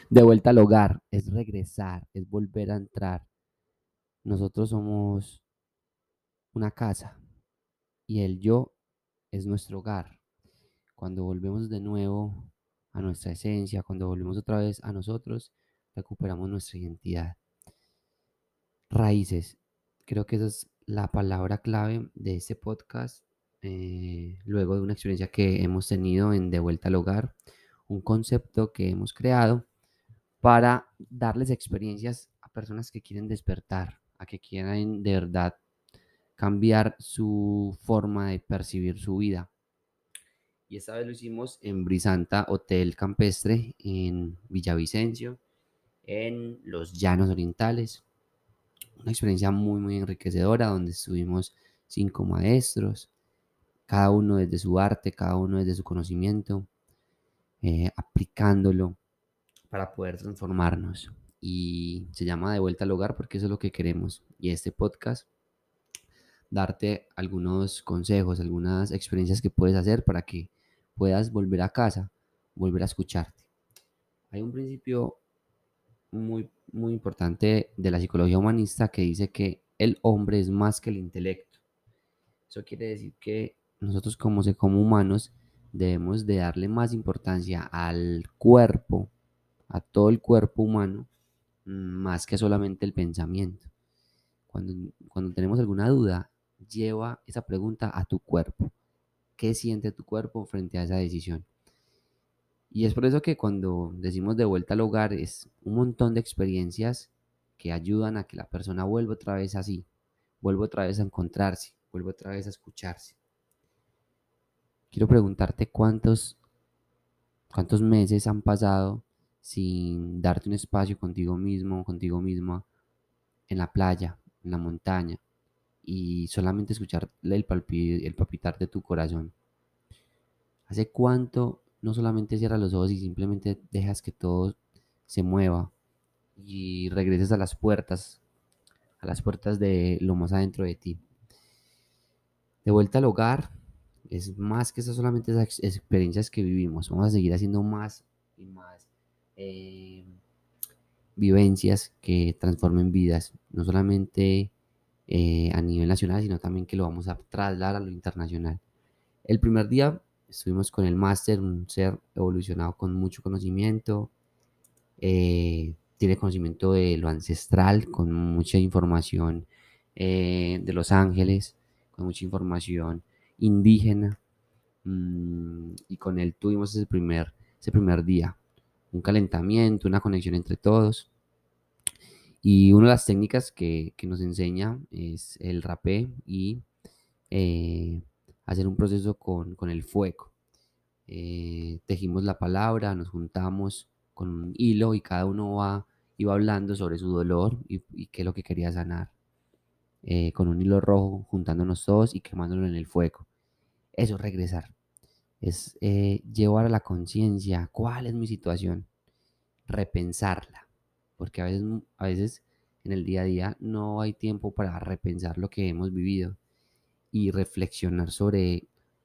De vuelta al hogar, es regresar, es volver a entrar. Nosotros somos una casa y el yo es nuestro hogar. Cuando volvemos de nuevo a nuestra esencia, cuando volvemos otra vez a nosotros, recuperamos nuestra identidad. Raíces. Creo que esa es la palabra clave de este podcast. Luego de una experiencia que hemos tenido en De vuelta al hogar, un concepto que hemos creado para darles experiencias a personas que quieren despertar, a que quieran de verdad cambiar su forma de percibir su vida. Y esta vez lo hicimos en Brisanta Hotel Campestre en Villavicencio, en los Llanos Orientales. Una experiencia muy enriquecedora donde estuvimos 5 maestros, cada uno desde su arte, cada uno desde su conocimiento, aplicándolo para poder transformarnos. Y se llama De vuelta al hogar porque eso es lo que queremos. Y este podcast, darte algunos consejos, algunas experiencias que puedes hacer para que puedas volver a casa, volver a escucharte. Hay un principio muy importante de la psicología humanista que dice que el hombre es más que el intelecto. Eso quiere decir que nosotros como humanos debemos de darle más importancia al cuerpo, a todo el cuerpo humano, más que solamente el pensamiento. Cuando tenemos alguna duda, lleva esa pregunta a tu cuerpo. ¿Qué siente tu cuerpo frente a esa decisión? Y es por eso que cuando decimos de vuelta al hogar es un montón de experiencias que ayudan a que la persona vuelva otra vez así, vuelva otra vez a encontrarse, vuelva otra vez a escucharse. Quiero preguntarte cuántos meses han pasado sin darte un espacio contigo mismo, contigo misma, en la playa, en la montaña, y solamente escuchar el palpitar de tu corazón. ¿Hace cuánto no solamente cierras los ojos y simplemente dejas que todo se mueva y regreses a las puertas de lo más adentro de ti? De vuelta al hogar, es más que solamente esas experiencias que vivimos. Vamos a seguir haciendo más y más eh, vivencias que transformen vidas, no solamente a nivel nacional, sino también que lo vamos a trasladar a lo internacional. El primer día estuvimos con el máster, un ser evolucionado con mucho conocimiento, tiene conocimiento de lo ancestral, con mucha información de los ángeles, con mucha información indígena, y con él tuvimos ese primer día, un calentamiento, una conexión entre todos. Y una de las técnicas que nos enseña es el rapé y eh, hacer un proceso con el fuego. Tejimos la palabra, nos juntamos con un hilo y cada uno iba hablando sobre su dolor y qué es lo que quería sanar. Con un hilo rojo, juntándonos todos y quemándolo en el fuego. Eso es regresar. Es llevar a la conciencia cuál es mi situación, repensarla. Porque a veces en el día a día no hay tiempo para repensar lo que hemos vivido y reflexionar sobre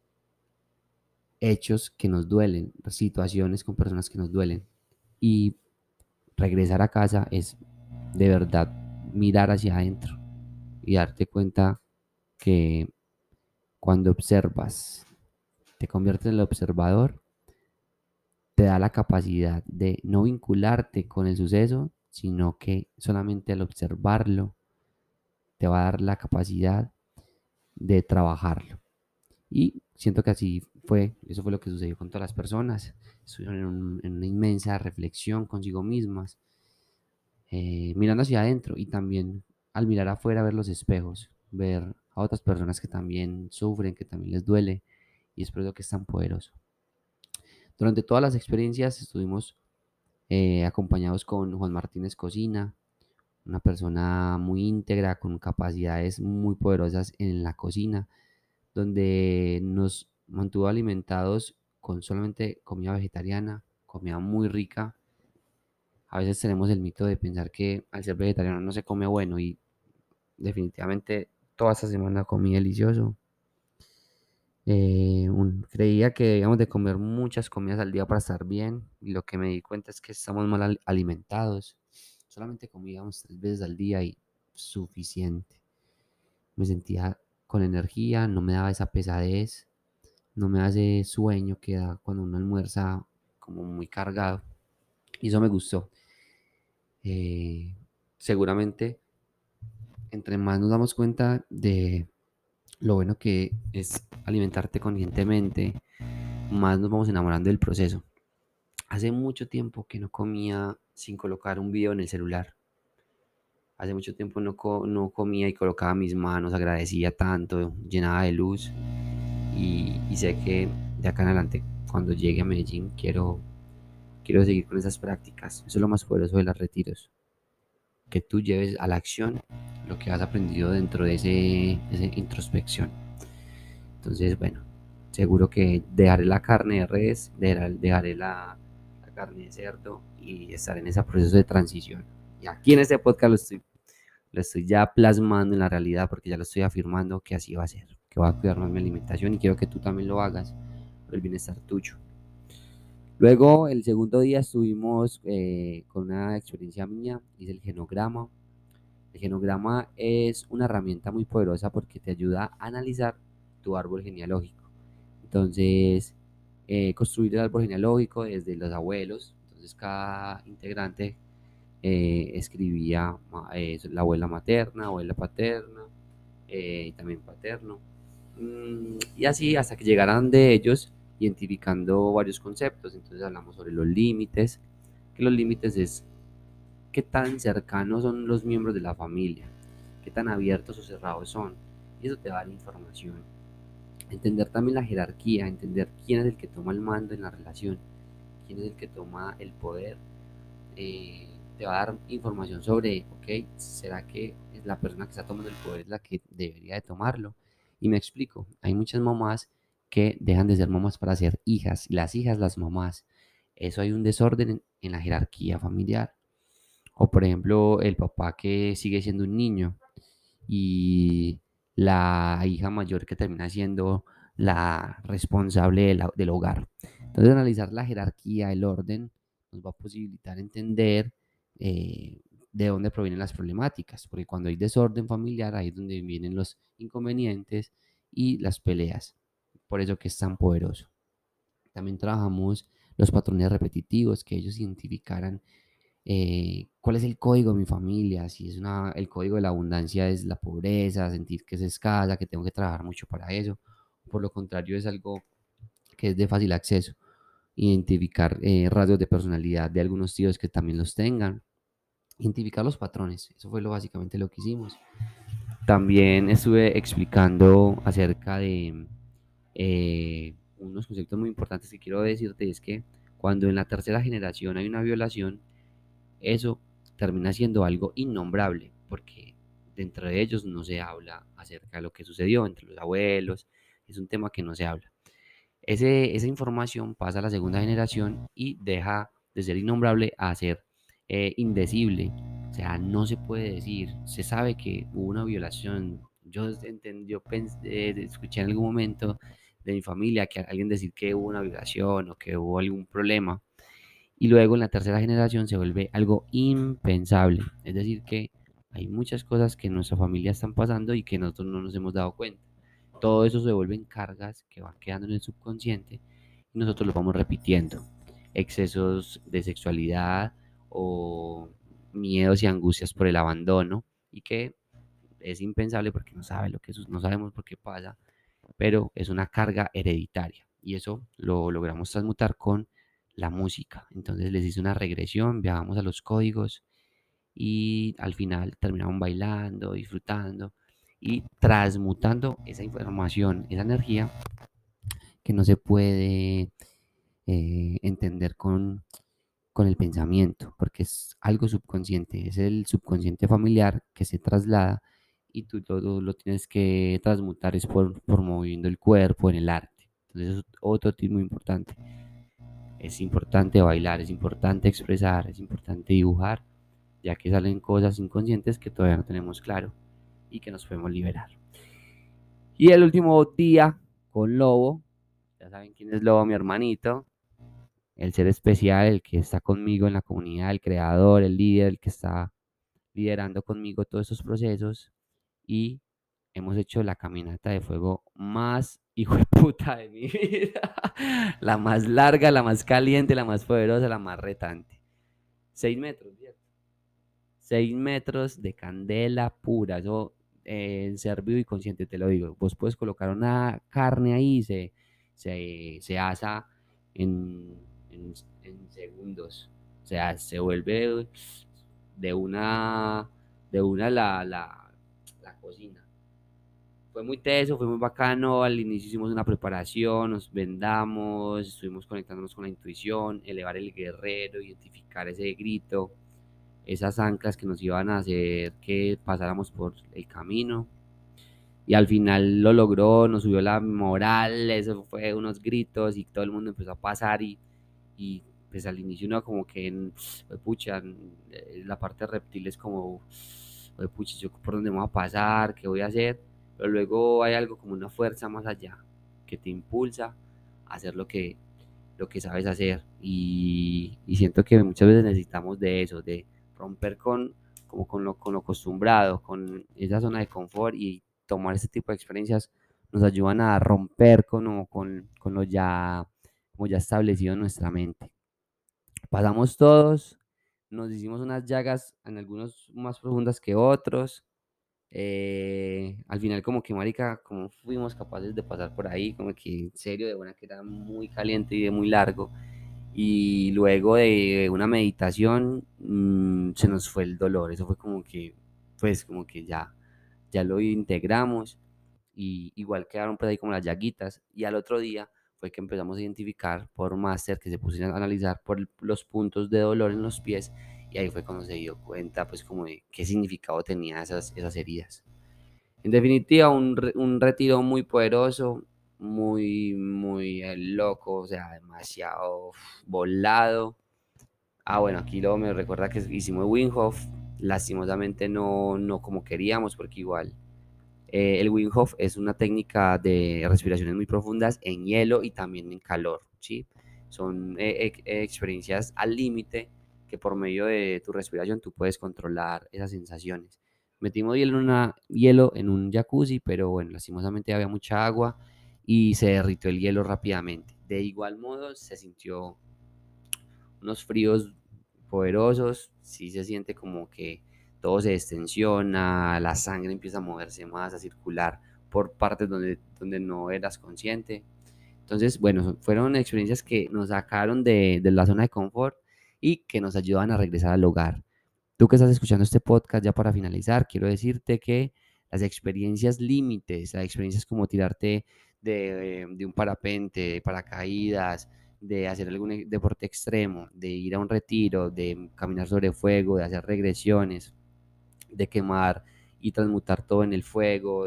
hechos que nos duelen, situaciones con personas que nos duelen. Y regresar a casa es de verdad mirar hacia adentro y darte cuenta que cuando observas, te conviertes en el observador, te da la capacidad de no vincularte con el suceso, sino que solamente al observarlo te va a dar la capacidad de trabajarlo. Y siento que así fue, eso fue lo que sucedió con todas las personas. Estuvieron en una inmensa reflexión consigo mismas, mirando hacia adentro y también al mirar afuera, ver los espejos, ver a otras personas que también sufren, que también les duele, y es por eso que es tan poderoso. Durante todas las experiencias estuvimos acompañados con Juan Martínez Cocina, una persona muy íntegra, con capacidades muy poderosas en la cocina, donde nos mantuvo alimentados con solamente comida vegetariana, comida muy rica. A veces tenemos el mito de pensar que al ser vegetariano no se come bueno y definitivamente toda esta semana comí delicioso. Creía que debíamos de comer muchas comidas al día para estar bien y lo que me di cuenta es que estamos mal alimentados. Solamente comíamos 3 veces al día y suficiente. Me sentía con energía, no me daba esa pesadez, no me da ese sueño que da cuando uno almuerza como muy cargado. Y eso me gustó. Eh, Seguramente, entre más nos damos cuenta de lo bueno que es alimentarte conscientemente, más nos vamos enamorando del proceso. Hace mucho tiempo que no comía sin colocar un video en el celular. Hace mucho tiempo no comía y colocaba mis manos, agradecía tanto, llenaba de luz. Y sé que de acá en adelante, cuando llegue a Medellín, quiero seguir con esas prácticas. Eso es lo más poderoso de los retiros, que tú lleves a la acción lo que has aprendido dentro de esa introspección. Entonces, bueno, seguro que dejaré la carne de res, dejaré la carne de cerdo y estar en ese proceso de transición. Y aquí en este podcast lo estoy ya plasmando en la realidad porque ya lo estoy afirmando que así va a ser, que va a cuidar más mi alimentación y quiero que tú también lo hagas por el bienestar tuyo. Luego, el segundo día estuvimos con una experiencia mía, hice el genograma. El genograma es una herramienta muy poderosa porque te ayuda a analizar tu árbol genealógico. Entonces, construir el árbol genealógico desde los abuelos. Entonces, cada integrante escribía la abuela materna, abuela paterna, y también paterno. Y así hasta que llegaran de ellos identificando varios conceptos. Entonces hablamos sobre los límites, que los límites es qué tan cercanos son los miembros de la familia, qué tan abiertos o cerrados son. Y eso te va a dar información. Entender también la jerarquía, entender quién es el que toma el mando en la relación, quién es el que toma el poder. Te va a dar información sobre, ok, ¿será que es la persona que está tomando el poder es la que debería de tomarlo? Y me explico, hay muchas mamás que dejan de ser mamás para ser hijas, y las hijas las mamás. Eso hay un desorden en la jerarquía familiar. O por ejemplo, el papá que sigue siendo un niño y la hija mayor que termina siendo la responsable del hogar. Entonces, analizar la jerarquía, el orden, nos va a posibilitar entender de dónde provienen las problemáticas, porque cuando hay desorden familiar, ahí es donde vienen los inconvenientes y las peleas. Por eso que es tan poderoso. También trabajamos los patrones repetitivos, que ellos identificaran cuál es el código de mi familia, si es el código de la abundancia es la pobreza, sentir que es escasa, que tengo que trabajar mucho para eso. Por lo contrario, es algo que es de fácil acceso. Identificar rasgos de personalidad de algunos tíos que también los tengan. Identificar los patrones. Eso fue básicamente lo que hicimos. También estuve explicando acerca de unos conceptos muy importantes que quiero decirte. Es que cuando en la tercera generación hay una violación, eso termina siendo algo innombrable, porque dentro de ellos no se habla acerca de lo que sucedió entre los abuelos, es un tema que no se habla. Esa información pasa a la segunda generación y deja de ser innombrable a ser indecible. O sea, no se puede decir, se sabe que hubo una violación. Escuché en algún momento de mi familia que alguien decir que hubo una violación o que hubo algún problema, y luego en la tercera generación se vuelve algo impensable. Es decir, que hay muchas cosas que en nuestra familia están pasando y que nosotros no nos hemos dado cuenta. Todo eso se vuelven cargas que van quedando en el subconsciente y nosotros lo vamos repitiendo. Excesos de sexualidad o miedos y angustias por el abandono, y que es impensable porque no sabemos por qué pasa, pero es una carga hereditaria y eso lo logramos transmutar con la música. Entonces les hice una regresión, viajamos a los códigos y al final terminamos bailando, disfrutando y transmutando esa información, esa energía que no se puede entender con el pensamiento, porque es algo subconsciente, es el subconsciente familiar que se traslada y tú lo tienes que transmutar es por moviendo el cuerpo en el arte. Entonces es otro tip muy importante. Es importante bailar, es importante expresar, es importante dibujar, ya que salen cosas inconscientes que todavía no tenemos claro y que nos podemos liberar. Y el último día con Lobo. Ya saben quién es Lobo, mi hermanito, el ser especial, el que está conmigo en la comunidad, el creador, el líder, el que está liderando conmigo todos estos procesos. Y hemos hecho la caminata de fuego más hijo de puta de mi vida. La más larga, la más caliente, la más poderosa, la más retante. 6 metros, ¿cierto? 6 metros de candela pura. Eso en ser vivo y consciente te lo digo. Vos puedes colocar una carne ahí y se asa en, en, en segundos. O sea, se vuelve de una, de una la cocina. Fue muy teso, fue muy bacano. Al inicio hicimos una preparación, nos vendamos, estuvimos conectándonos con la intuición, elevar el guerrero, identificar ese grito, esas anclas que nos iban a hacer que pasáramos por el camino. Y al final lo logró, nos subió la moral, eso fue unos gritos y todo el mundo empezó a pasar y pues al inicio uno como que, pucha, la parte reptil es como, pucha, yo por dónde me voy a pasar, qué voy a hacer, pero luego hay algo como una fuerza más allá que te impulsa a hacer lo que sabes hacer y siento que muchas veces necesitamos de eso, de romper como con lo acostumbrado, con esa zona de confort y tomar ese tipo de experiencias nos ayudan a romper con lo ya, como ya establecido en nuestra mente. Pasamos todos, nos hicimos unas llagas en algunos más profundas que otros. Al final como que marica, como fuimos capaces de pasar por ahí, como que en serio de buena que era muy caliente y de muy largo. Y luego de una meditación se nos fue el dolor. Eso fue como que, pues como que ya lo integramos y igual quedaron pues ahí como las llaguitas y al otro día fue que empezamos a identificar por máster que se pusieron a analizar por los puntos de dolor en los pies y ahí fue cuando se dio cuenta pues como de qué significado tenía esas heridas. En definitiva, un retiro muy poderoso, muy loco, o sea, demasiado volado. Ah, bueno, aquí luego me recuerda que hicimos Wim Hof, lastimosamente no como queríamos, porque igual el Wim Hof es una técnica de respiraciones muy profundas en hielo y también en calor, ¿sí? Son experiencias al límite que por medio de tu respiración tú puedes controlar esas sensaciones. Metimos hielo en un jacuzzi, pero bueno, lastimosamente había mucha agua y se derritió el hielo rápidamente. De igual modo, se sintió unos fríos poderosos, sí se siente como que todo se destensiona, la sangre empieza a moverse más, a circular por partes donde no eras consciente. Entonces, bueno, fueron experiencias que nos sacaron de la zona de confort y que nos ayudan a regresar al hogar. Tú que estás escuchando este podcast, ya para finalizar, quiero decirte que las experiencias límites, las experiencias como tirarte de un parapente, de paracaídas, de hacer algún deporte extremo, de ir a un retiro, de caminar sobre fuego, de hacer regresiones, de quemar y transmutar todo en el fuego,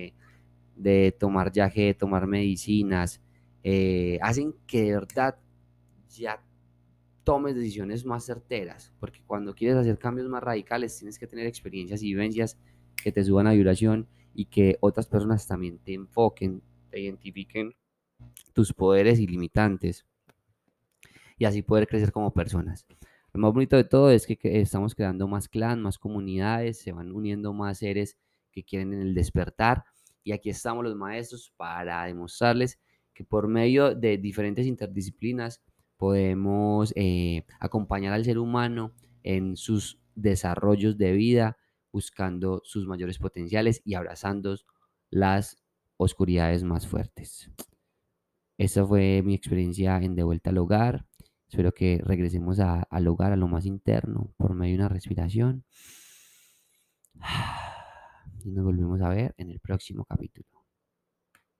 de tomar yaje, de tomar medicinas, hacen que de verdad ya tomes decisiones más certeras, porque cuando quieres hacer cambios más radicales tienes que tener experiencias y vivencias que te suban a vibración y que otras personas también te enfoquen, te identifiquen tus poderes ilimitantes y así poder crecer como personas. Lo más bonito de todo es que estamos creando más clan, más comunidades, se van uniendo más seres que quieren en el despertar y aquí estamos los maestros para demostrarles que por medio de diferentes interdisciplinas podemos acompañar al ser humano en sus desarrollos de vida, buscando sus mayores potenciales y abrazando las oscuridades más fuertes. Esa fue mi experiencia en De Vuelta al Hogar. Espero que regresemos al hogar, a lo más interno, por medio de una respiración. Y nos volvemos a ver en el próximo capítulo.